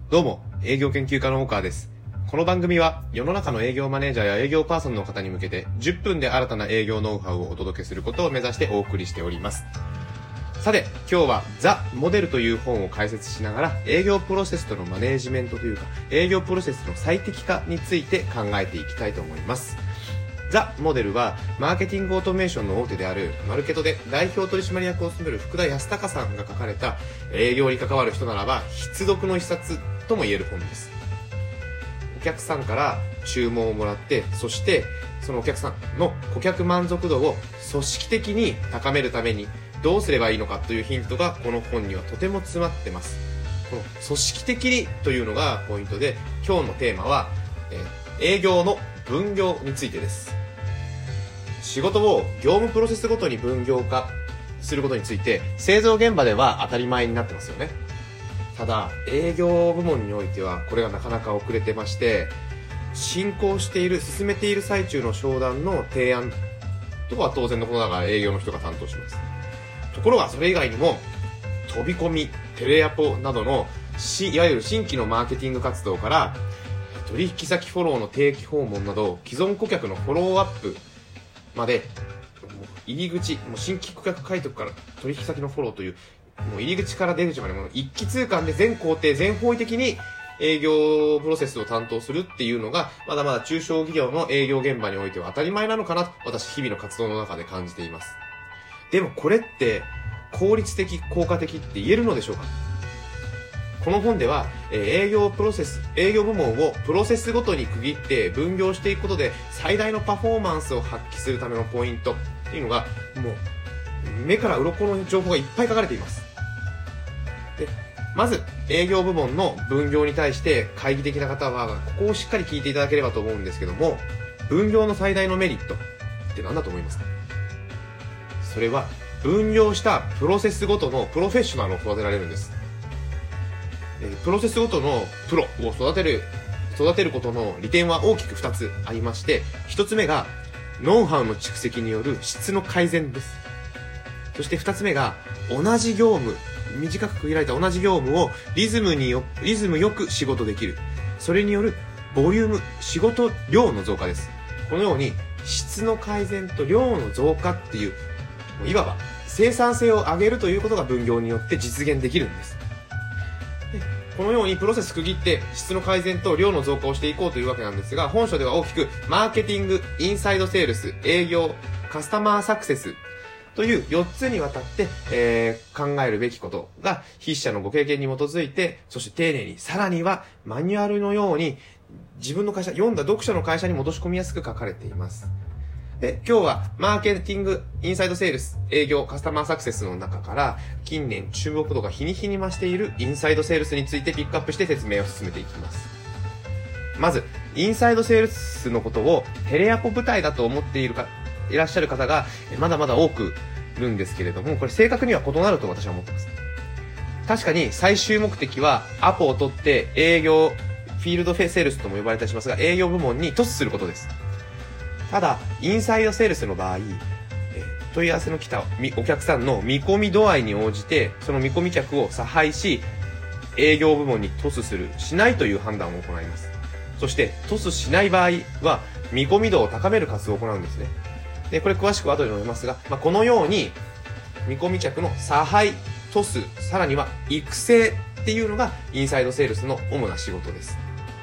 どうも、営業研究家の大川です。この番組は世の中の営業マネージャーや営業パーソンの方に向けて10分で新たな営業ノウハウをお届けすることを目指してお送りしております。さて、今日はザ・モデルという本を解説しながら営業プロセスとのマネージメントというか営業プロセスの最適化について考えていきたいと思います。ザ・モデルはマーケティングオートメーションの大手であるマルケトで代表取締役を務める福田康隆さんが書かれた営業に関わる人ならば必読の一冊とも言える本です。お客さんから注文をもらって、そしてそのお客さんの顧客満足度を組織的に高めるためにどうすればいいのかというヒントがこの本にはとても詰まってます。この組織的にというのがポイントで、今日のテーマは、営業の分業についてです。仕事を業務プロセスごとに分業化することについて製造現場では当たり前になってますよね。ただ営業部門においてはこれがなかなか遅れてまして、進めている最中の商談の提案とは当然のことながら営業の人が担当します。ところがそれ以外にも飛び込み、テレアポなどのいわゆる新規のマーケティング活動から取引先フォローの定期訪問など既存顧客のフォローアップまで、入り口、新規顧客開拓から取引先のフォローという入り口から出口まで一気通貫で全工程全方位的に営業プロセスを担当するっていうのがまだまだ中小企業の営業現場においては当たり前なのかなと私日々の活動の中で感じています。でもこれって効率的効果的って言えるのでしょうか。この本では営業部門をプロセスごとに区切って分業していくことで最大のパフォーマンスを発揮するためのポイントっていうのがもう目から鱗の情報がいっぱい書かれています。でまず営業部門の分業に対して懐疑的な方はここをしっかり聞いていただければと思うんですけども、分業の最大のメリットって何だと思いますか？それは分業したプロセスごとのプロフェッショナルを育てられるんです。プロセスごとのプロを育てることの利点は大きく2つありまして、1つ目がノウハウの蓄積による質の改善です。そして2つ目が短く区切られた同じ業務をリズムよく仕事できる。それによるボリューム、仕事量の増加です。このように質の改善と量の増加っていう、いわば生産性を上げるということが分業によって実現できるんです。でこのようにプロセス区切って質の改善と量の増加をしていこうというわけなんですが、本書では大きくマーケティング、インサイドセールス、営業、カスタマーサクセスという4つにわたって、考えるべきことが筆者のご経験に基づいて、そして丁寧に、さらにはマニュアルのように自分の会社、読んだ読者の会社に戻し込みやすく書かれています。で、今日はマーケティング、インサイドセールス、営業、カスタマーサクセスの中から近年注目度が日に日に増しているインサイドセールスについてピックアップして説明を進めていきます。まず、インサイドセールスのことをテレアポ部隊だと思っていらっしゃる方がまだまだ多くいるんですけれども、これ正確には異なると私は思っています。確かに最終目的はアポを取って営業、フィールドセールスとも呼ばれたりしますが、営業部門にトスすることです。ただ、インサイドセールスの場合、問い合わせの来たお客さんの見込み度合いに応じて、その見込み客を差配し、営業部門にトスする、しないという判断を行います。そして、トスしない場合は、見込み度を高める活動を行うんですね。で、これ詳しくは後で述べますが、このように、見込み客の差配、トス、さらには育成っていうのが、インサイドセールスの主な仕事です。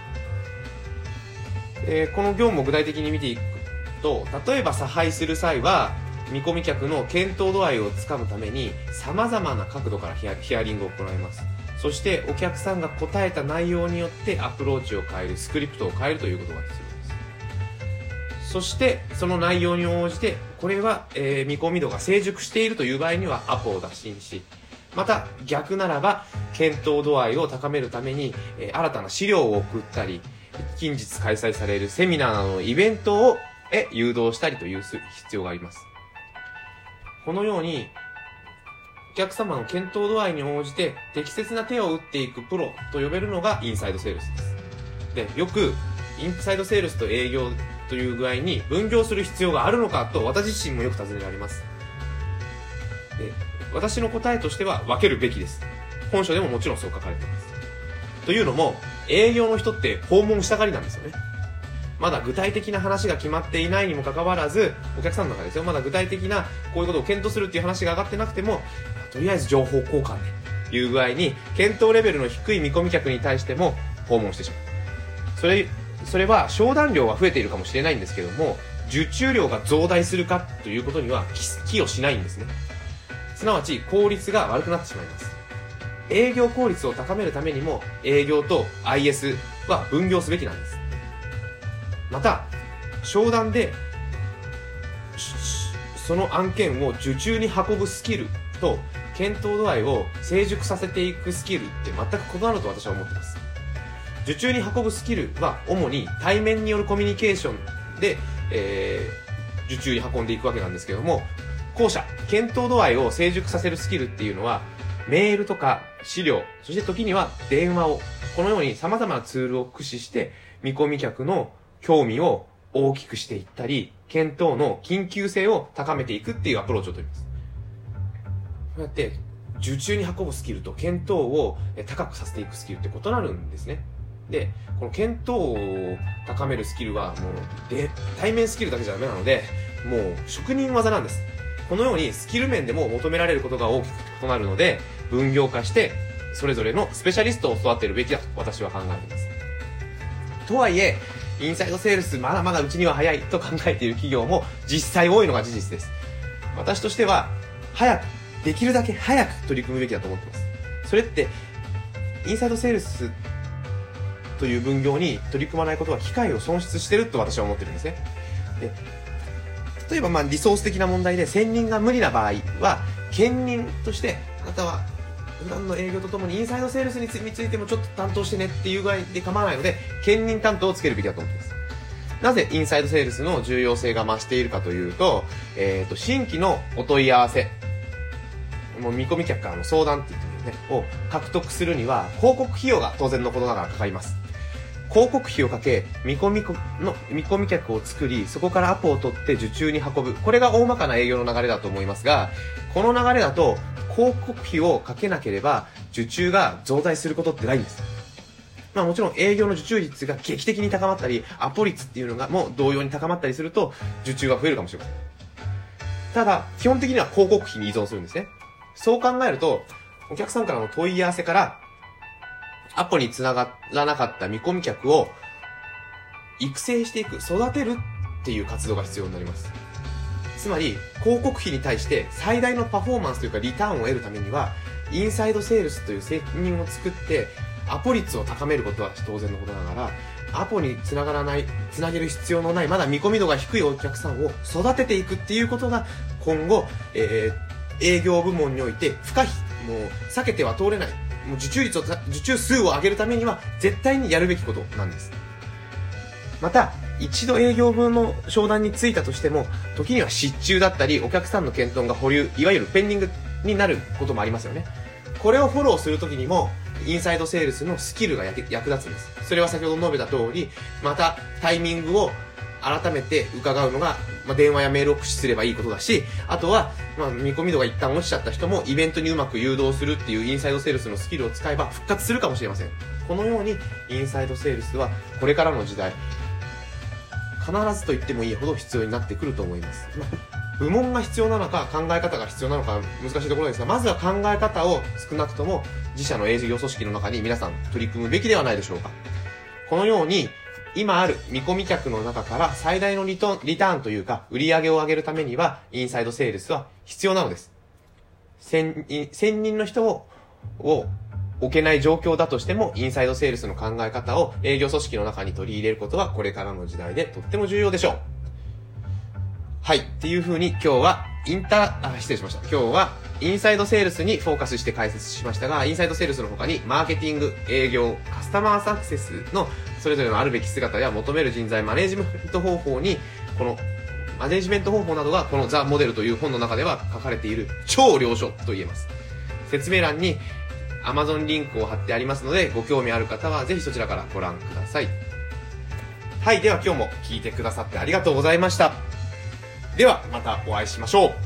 この業務を具体的に見ていくと、例えば差配する際は、見込み客の検討度合いをつかむために、様々な角度からヒアリングを行います。そして、お客さんが答えた内容によってアプローチを変える、スクリプトを変えるということが必要です。そして、その内容に応じて、これは、見込み度が成熟しているという場合にはアポを打診し、また逆ならば、検討度合いを高めるために、新たな資料を送ったり、近日開催されるセミナーなどのイベントを誘導したりという必要があります。このように、お客様の検討度合いに応じて適切な手を打っていくプロと呼べるのがインサイドセールスです。で、よくインサイドセールスと営業という具合に分業する必要があるのかと私自身もよく尋ねられます。で、私の答えとしては分けるべきです。本書でももちろんそう書かれています。 というのも、営業の人って訪問したがりなんですよね。まだ具体的な話が決まっていないにもかかわらず、お客さんの中ですよ、まだ具体的なこういうことを検討するっていう話が上がってなくても、とりあえず情報交換でいう具合に、検討レベルの低い見込み客に対しても訪問してしまう。それは商談量は増えているかもしれないんですけども、受注量が増大するかということには寄与しないんですね。すなわち効率が悪くなってしまいます。営業効率を高めるためにも、営業と IS は分業すべきなんです。また、商談でその案件を受注に運ぶスキルと検討度合いを成熟させていくスキルって全く異なると私は思っています。受注に運ぶスキルは主に対面によるコミュニケーションで、受注に運んでいくわけなんですけども、後者、検討度合いを成熟させるスキルっていうのは、メールとか資料、そして時には電話を、このように様々なツールを駆使して見込み客の興味を大きくしていったり、検討の緊急性を高めていくっていうアプローチを取ります。こうやって受注に運ぶスキルと検討を高くさせていくスキルって異なるんですね。で、この検討を高めるスキルはもう対面スキルだけじゃダメなので、もう職人技なんです。このようにスキル面でも求められることが大きく異なるので、分業化してそれぞれのスペシャリストを育てるべきだと私は考えています。とはいえ、インサイドセールスまだまだうちには早いと考えている企業も実際多いのが事実です。私としてはできるだけ早く取り組むべきだと思っています。それってインサイドセールスという分業に取り組まないことは機会を損失してると私は思ってるんですね。で、例えばリソース的な問題で専任が無理な場合は、兼任としてあなたは普段の営業とともにインサイドセールスについてもちょっと担当してねっていうぐらいで構わないので、兼任担当をつけるべきだと思っています。なぜインサイドセールスの重要性が増しているかというと、新規のお問い合わせ、もう見込み客からの相談って言ってね、を獲得するには広告費用が当然のことながらかかります。広告費をかけ、見込み客を作り、そこからアポを取って受注に運ぶ。これが大まかな営業の流れだと思いますが、この流れだと、広告費をかけなければ、受注が増大することってないんです。もちろん営業の受注率が劇的に高まったり、アポ率っていうのがもう同様に高まったりすると、受注が増えるかもしれません。ただ、基本的には広告費に依存するんですね。そう考えると、お客さんからの問い合わせから、アポに繋がらなかった見込み客を育成していく、育てるっていう活動が必要になります。つまり、広告費に対して最大のパフォーマンスというかリターンを得るためには、インサイドセールスという責任を作って、アポ率を高めることは当然のことながら、アポにつなげる必要のない、まだ見込み度が低いお客さんを育てていくっていうことが、今後、営業部門において不可避、もう避けては通れない、もう受注数を上げるためには絶対にやるべきことなんです。また、一度営業分の商談に就いたとしても、時には失注だったり、お客さんの検討が保留、いわゆるペンディングになることもありますよね。これをフォローするときにも、インサイドセールスのスキルが役立つんです。それは先ほど述べた通り、またタイミングを改めて伺うのが、電話やメールを駆使すればいいことだし、あとは、見込み度が一旦落ちちゃった人もイベントにうまく誘導するっていうインサイドセールスのスキルを使えば復活するかもしれません。このようにインサイドセールスはこれからの時代、必ずと言ってもいいほど必要になってくると思います。部門が必要なのか考え方が必要なのか難しいところですが、まずは考え方を少なくとも自社の営業組織の中に皆さん取り組むべきではないでしょうか。このように今ある見込み客の中から最大のリターンというか売り上げを上げるためにはインサイドセールスは必要なのです。専任の人を置けない状況だとしてもインサイドセールスの考え方を営業組織の中に取り入れることはこれからの時代でとっても重要でしょう。はい。っていう風に今日は失礼しました。今日はインサイドセールスにフォーカスして解説しましたが、インサイドセールスの他にマーケティング、営業、カスタマーサクセスのそれぞれのあるべき姿や求める人材、マネジメント方法に、このマネジメント方法などがこのザ・モデルという本の中では書かれている超良書と言えます。説明欄に Amazon リンクを貼ってありますので、ご興味ある方はぜひそちらからご覧ください。はい。では今日も聞いてくださってありがとうございました。ではまたお会いしましょう。